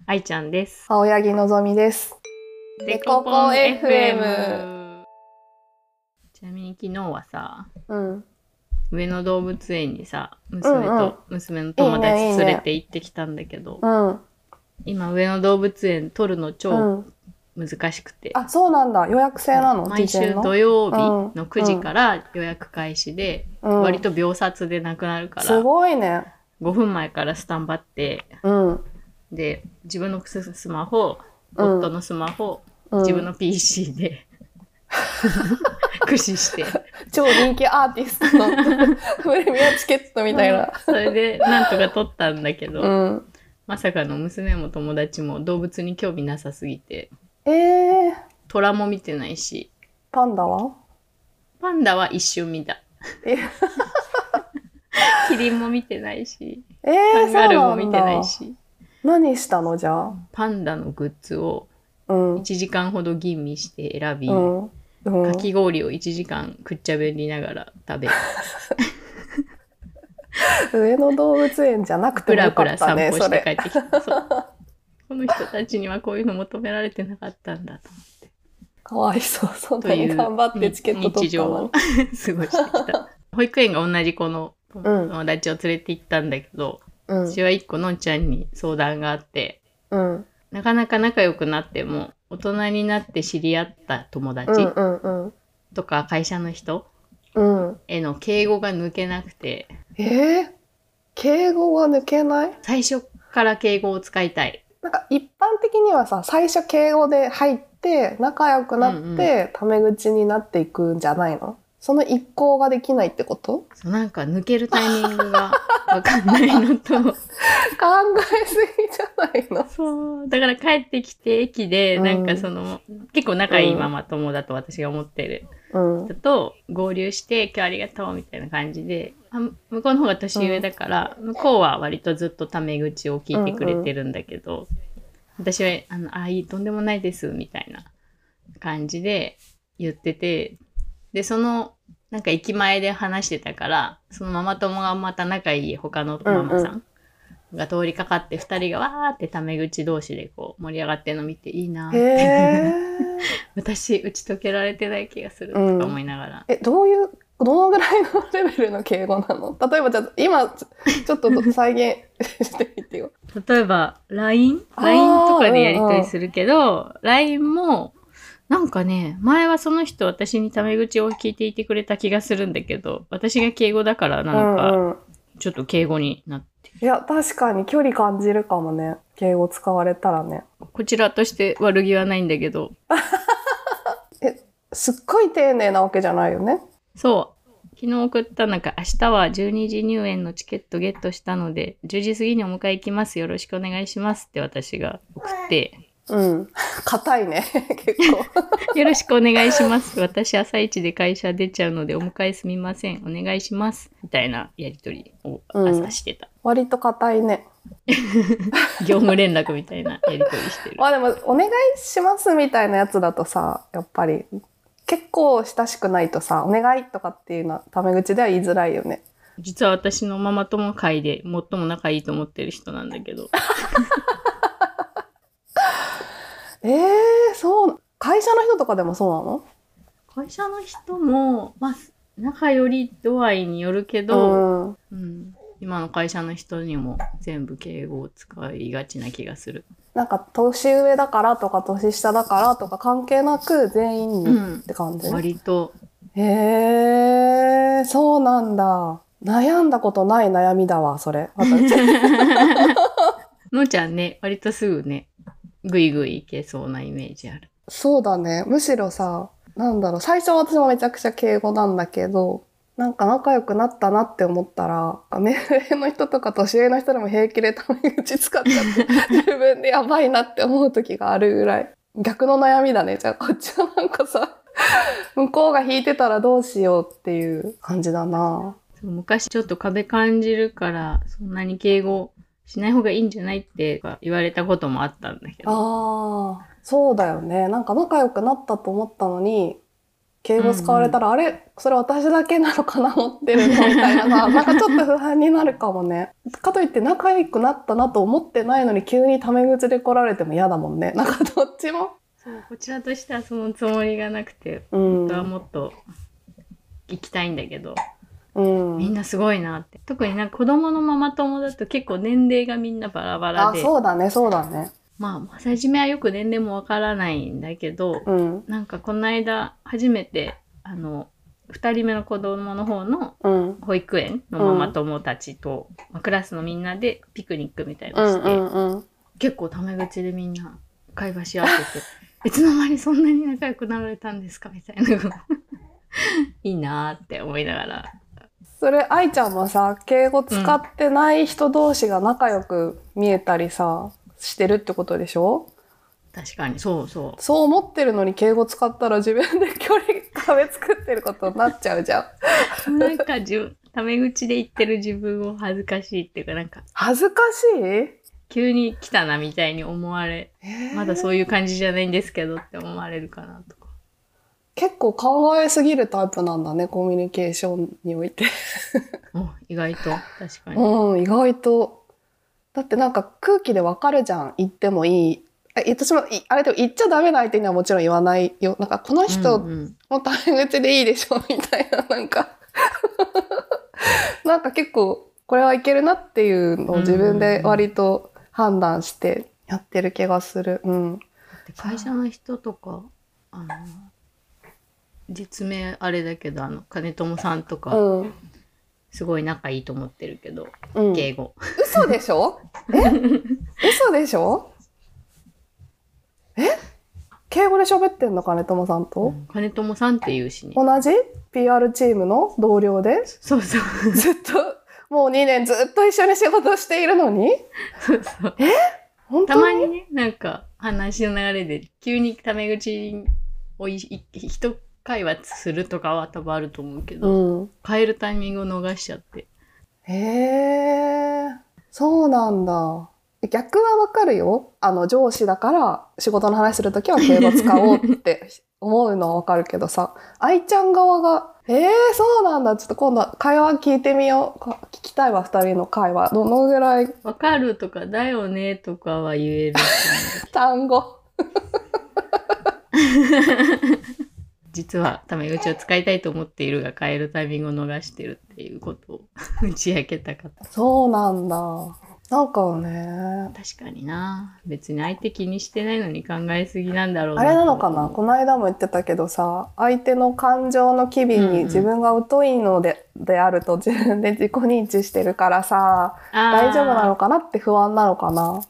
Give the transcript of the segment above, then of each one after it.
愛ちゃんです。 青柳のぞみです。 デコポン FM。ちなみに昨日はさ、上野動物園にさ、娘の友達連れて行ってきたんだけど、今上野動物園取るの超難しくて。 あ、そうなんだ。予約制なの？ 毎週土曜日の9時から予約開始で、割と秒殺でなくなるから、 すごいね。 5分前からスタンバって、で、自分のスマホ、夫のスマホ、自分の PC で駆使して超人気アーティストのプレミアチケットみたいな、 それでなんとか撮ったんだけど、まさかの娘も友達も動物に興味なさすぎて、虎も見てないし、 パンダは一瞬見た。キリンも見てないし、カンガルーも見てないし。 何したのじゃあ？ パンダのグッズを1時間ほど吟味して選び、かき氷を1時間くっちゃべりながら食べる。 上野動物園じゃなくてもよかったね。 プラプラ散歩して帰ってきた。そう。この人たちにはこういうの求められてなかったんだと思って。 かわいそう。そんなに頑張ってチケット取ったのに。 日常を過ごしてきた。保育園が同じ子の友達を連れて行ったんだけど、私は一個のんちゃんに相談があって、なかなか仲良くなっても大人になって知り合った友達とか会社の人への敬語が抜けなくて、 敬語が抜けない？ 最初から敬語を使いたい。 なんか一般的にはさ、最初敬語で入って仲良くなってタメ口になっていくんじゃないの？その一行ができないってこと？ そう、なんか抜けるタイミングがわかんないのと考えすぎじゃないの？ そう、だから帰ってきて駅でなんか結構仲いいママ友だと私が思ってる人と合流して今日ありがとうみたいな感じで、向こうの方が年上だから、向こうは割とずっとタメ口を聞いてくれてるんだけど、私はいい、とんでもないですみたいな感じで言ってて、で、なんか駅前で話してたから、そのママ友がまた仲いい他のママさんが通りかかって、二人がわーってタメ口同士でこう盛り上がってるの見ていいなって。私、打ち解けられてない気がするとか思いながら。 どのぐらいのレベルの敬語なの？例えばじゃあ、今、ちょっと再現してみてよ。 例えば、LINE とかでやりとりするけど、LINE も、なんかね、前はその人私にタメ口を聞いていてくれた気がするんだけど、私が敬語だからなのか、ちょっと敬語になって。 いや、確かに距離感じるかもね。敬語使われたらね。 こちらとして悪気はないんだけど。 すっごい丁寧なわけじゃないよね。 そう。昨日送った明日は12時入園のチケットゲットしたので、10時過ぎにお迎え行きます。よろしくお願いしますって私が送って、 硬いね、結構。 よろしくお願いします。私朝一で会社出ちゃうのでお迎えすみません。お願いします。みたいなやりとりを朝してた。 割と硬いね。 業務連絡みたいなやりとりしてる。 まあでも、お願いしますみたいなやつだとさ、やっぱり結構親しくないとさ、お願いとかっていうのはタメ口では言いづらいよね。 実は私のママ友会で最も仲いいと思ってる人なんだけど。 そう、会社の人とかでもそうなの？ 会社の人も、まあ、仲より度合いによるけど、今の会社の人にも全部敬語を使いがちな気がする。 なんか、年上だからとか年下だからとか関係なく全員にって感じ？ 割と。 そうなんだ。悩んだことない悩みだわ、それ。 のんちゃんね、割とすぐね、ぐいぐいいけそうなイメージある。 そうだね。むしろさ、最初は私もめちゃくちゃ敬語なんだけど、なんか仲良くなったなって思ったら、目上の人とか年上の人でも平気でタメ口使っちゃって、自分でやばいなって思う時があるぐらい。逆の悩みだね。じゃあこっちはなんかさ、向こうが引いてたらどうしようっていう感じだな。 昔ちょっと壁感じるから、そんなに敬語しない方がいいんじゃないって言われたこともあったんだけど。 そうだよね。なんか仲良くなったと思ったのに、 敬語使われたら、あれそれ私だけなのかな持ってるのみたいなさ、なんかちょっと不安になるかもね。かといって仲良くなったなと思ってないのに急にタメ口で来られても嫌だもんね。なんかどっちも。 そう、こちらとしてはそのつもりがなくて、 うん、 本当はもっと行きたいんだけど、 うん、 みんなすごいなって。特になんか子供のママ友だと結構年齢がみんなバラバラで。 あ、そうだね、そうだね。 まあ、初めはよく年齢もわからないんだけど、 うん、 なんかこの間初めて、2人目の子供の方の保育園のママ友たちと、クラスのみんなでピクニックみたいなのして、結構タメ口でみんな会話し合ってて、いつの間にそんなに仲良くなられたんですかみたいな。いいなーって思いながら。 それ、愛ちゃんもさ、敬語使ってない人同士が仲良く見えたりさ、してるってことでしょ？ 確かに、そうそう。 そう思ってるのに敬語使ったら自分で距離壁作ってることになっちゃうじゃん。 なんかタメ口で言ってる自分を恥ずかしいっていうか、なんか。 恥ずかしい？ 急に来たなみたいに思われ、まだそういう感じじゃないんですけどって思われるかなとか。 結構考えすぎるタイプなんだね、コミュニケーションにおいて。 意外と、確かに。 うん、意外と。だってなんか空気でわかるじゃん、言ってもいい。私も、あれでも言っちゃダメな相手にはもちろん言わないよ。なんかこの人もタメ口でいいでしょ、みたいな、なんか。なんか結構、これはいけるなっていうのを自分で割と判断してやってる気がする。うん。 会社の人とか、実名あれだけど、金友さんとか、すごい仲いいと思ってるけど、敬語。 嘘でしょ？嘘でしょ？敬語で喋ってんの、金友さんと？ 金友さんって言うしね。 同じ PR チームの同僚で？ そうそう。 ずっと、もう2年ずっと一緒に仕事しているのに？ そうそう。 本当に？ たまにね、なんか話の流れで急にタメ口を一会話するとかは多分あると思うけど、変えるタイミングを逃しちゃって。 そうなんだ。逆はわかるよ。上司だから仕事の話するときは敬語使おうって思うのはわかるけどさ、愛ちゃん側が、そうなんだ。ちょっと今度会話聞いてみよう。聞きたいわ、二人の会話。どのぐらい？ わかるとか、だよねとかは言える。 単語。 実はタメ口を使いたいと思っているが変えるタイミングを逃してるっていうことを打ち明けたかった。 そうなんだ。なんかね。 確かにな。別に相手気にしてないのに考えすぎなんだろうな。 あれなのかな、この間も言ってたけどさ、相手の感情の機微に自分が疎いのであると自分で自己認知してるからさ、大丈夫なのかなって不安なのかな。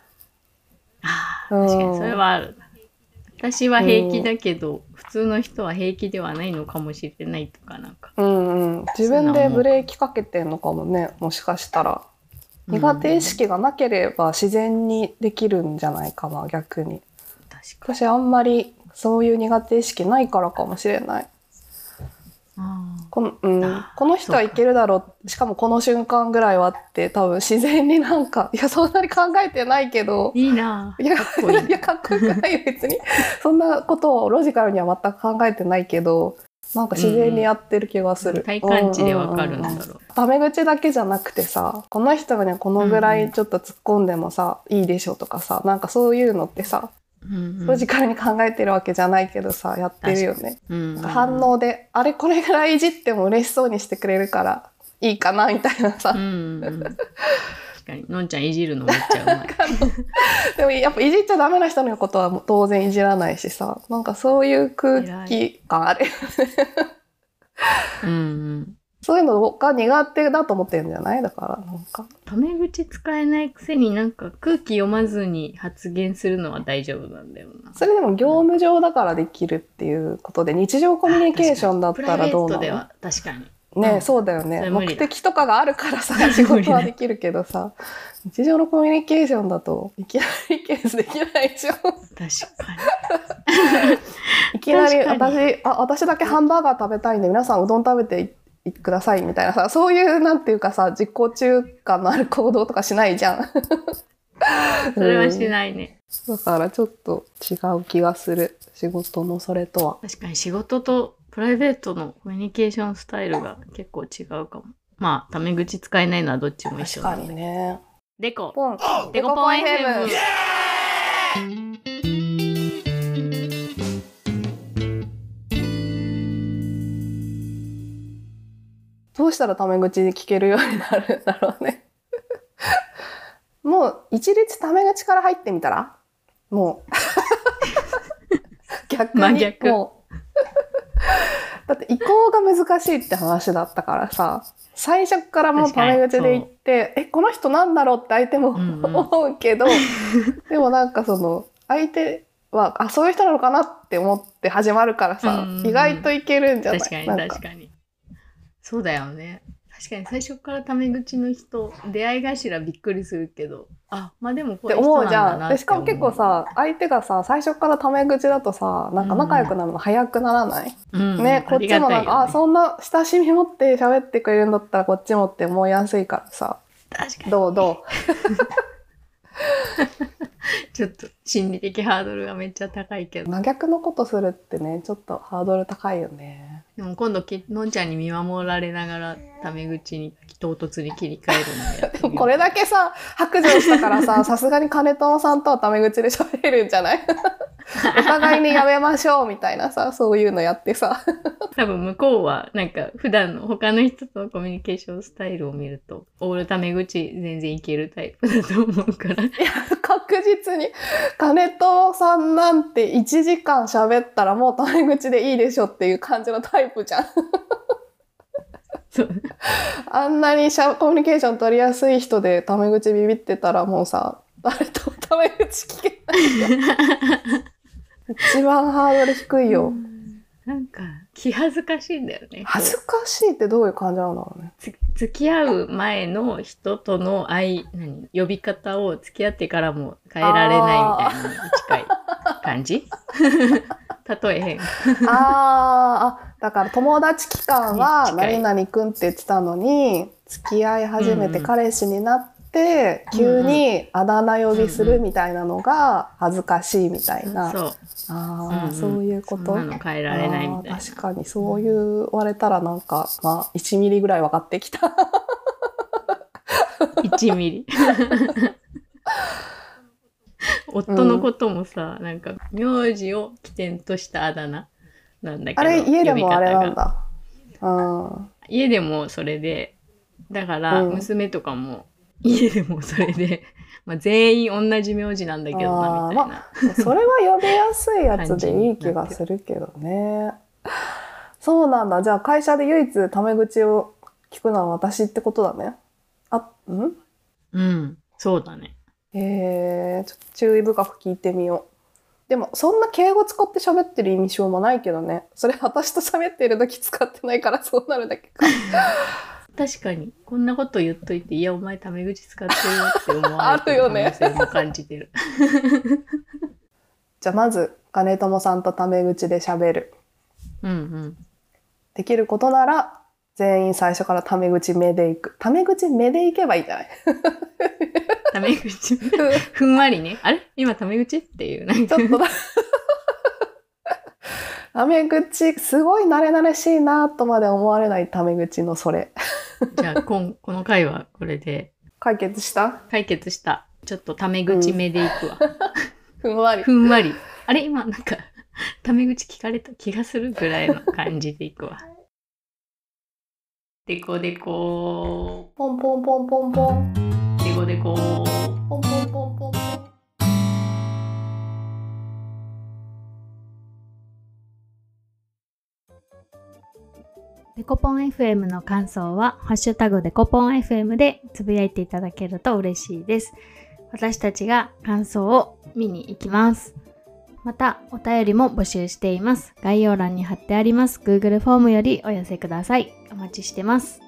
確かにそれはある。私は平気だけど、普通の人は平気ではないのかもしれないとかなんか。 自分でブレーキかけてんのかもね、もしかしたら。苦手意識がなければ自然にできるんじゃないかな、逆に。私あんまりそういう苦手意識ないからかもしれない。この人はいけるだろう、しかもこの瞬間ぐらいはって多分自然になんか、いやそんなに考えてないけど、 いいな。 いやかっこよくないよ別に。そんなことをロジカルには全く考えてないけど、なんか自然にやってる気がする。 体感値でわかるんだろう。 タメ口だけじゃなくてさ、この人がねこのぐらいちょっと突っ込んでもさ、いいでしょとかさ、なんかそういうのってさ、ロジカルに考えてるわけじゃないけどさ、やってるよね。反応で、あれこれぐらいいじっても嬉しそうにしてくれるからいいかなみたいなさ。 確かに、のんちゃんいじるのめっちゃうまい。 でもやっぱいじっちゃダメな人のことは当然いじらないしさ、なんかそういう空気感あるよね。そういうのが苦手だと思ってるんじゃない？だからなんかタメ口使えないくせになんか空気読まずに発言するのは大丈夫なんだよな。 それでも業務上だからできるっていうことで、日常コミュニケーションだったらどうなの？ プライベートでは確かにね、そうだよね。目的とかがあるからさ、仕事はできるけどさ、日常のコミュニケーションだといきなりケースできないでしょ。確かに。いきなり私だけハンバーガー食べたいんで皆さんうどん食べてくださいみたいなさ、そういうなんていうかさ、自己中感のある行動とかしないじゃん。 それはしないね。 だからちょっと違う気がする、仕事のそれとは。 確かに仕事とプライベートのコミュニケーションスタイルが結構違うかも。まあタメ口使えないのはどっちも一緒なんで。 確かにね。 デコポン。 デコポン FM。 どうしたらタメ口で聞けるようになるんだろうね。もう一律タメ口から入ってみたら？もう逆に真逆。 もうだって移行が難しいって話だったからさ、最初からもうタメ口で言って、この人なんだろうって相手も思うけど、でもなんかその相手はそういう人なのかなって思って始まるからさ、意外といけるんじゃない？ 確かに確かに。そうだよね。確かに最初からタメ口の人、出会い頭びっくりするけど、まあでもこういう人なんだなって思う。 でしかも結構さ、相手がさ、最初からタメ口だとさ、なんか仲良くなるの早くならない？ね、こっちもなんか、そんな親しみ持って喋ってくれるんだったらこっちもって思いやすいからさ。 確かに。 どうちょっと心理的ハードルがめっちゃ高いけど。 真逆のことするってね、ちょっとハードル高いよね。 でも今度のんちゃんに見守られながらタメ口に唐突に切り替えるのやってみよう。 でもこれだけさ、白状したからさ、さすがに金友さんとはタメ口で喋れるんじゃない？お互いにやめましょうみたいなさ、そういうのやってさ。 多分向こうはなんか普段の他の人とのコミュニケーションスタイルを見るとオールタメ口全然いけるタイプだと思うから。いや、 確実に金友さんなんて1時間喋ったらもうタメ口でいいでしょっていう感じのタイプじゃん。 そう。 あんなにコミュニケーション取りやすい人でタメ口ビビってたらもうさ、誰ともタメ口聞けない一番ハードル低いよ。 なんか気恥ずかしいんだよね。 恥ずかしいってどういう感じなんだろうね。 付き合う前の人との呼び方を付き合ってからも変えられないみたいなのに近い感じ。例えへん。 だから友達期間は何々くんって言ってたのに、付き合い始めて彼氏になって、急にあだ名呼びするみたいなのが恥ずかしいみたいな。 そう。 そういうこと。 そんなの変えられないみたいな。 確かにそう言われたらなんか、まあ1ミリぐらい分かってきた。 1ミリ。夫のこともさ、なんか名字を起点としたあだ名なんだけど、 あれ家でもあれなんだ。 家でもそれで、だから娘とかも家でもそれで、まあ、全員同じ名字なんだけどなみたいな。 それは呼びやすいやつでいい気がするけどね。そうなんだ。じゃあ会社で唯一タメ口を聞くのは私ってことだね。 うん、そうだね。 ちょっと注意深く聞いてみよう。でもそんな敬語使って喋ってる印象もないけどね。それ私と喋ってる時使ってないからそうなるだけか。 確かにこんなこと言っといて、いやお前タメ口使ってるよって思われてる可能性も感じてる。 じゃあまず金友さんとタメ口で喋る。できることなら全員最初からタメ口目でいく。タメ口目でいけばいいじゃない？ タメ口ふんわりね。あれ今タメ口っていうなんかちょっとだタメ口すごい慣れ慣れしいなとまで思われないタメ口のそれ。 じゃあこの回はこれで解決した。 ちょっとタメ口目でいくわ。 ふんわり。 ふんわり。あれ今なんかタメ口聞かれた気がするぐらいの感じでいくわ。でこでこポンポンポンポンポン。 でこでこポンポンポンポンポン。 デコポン FM の感想はハッシュタグデコポン FM でつぶやいていただけると嬉しいです。私たちが感想を見に行きます。またお便りも募集しています。概要欄に貼ってあります Google フォームよりお寄せください。お待ちしてます。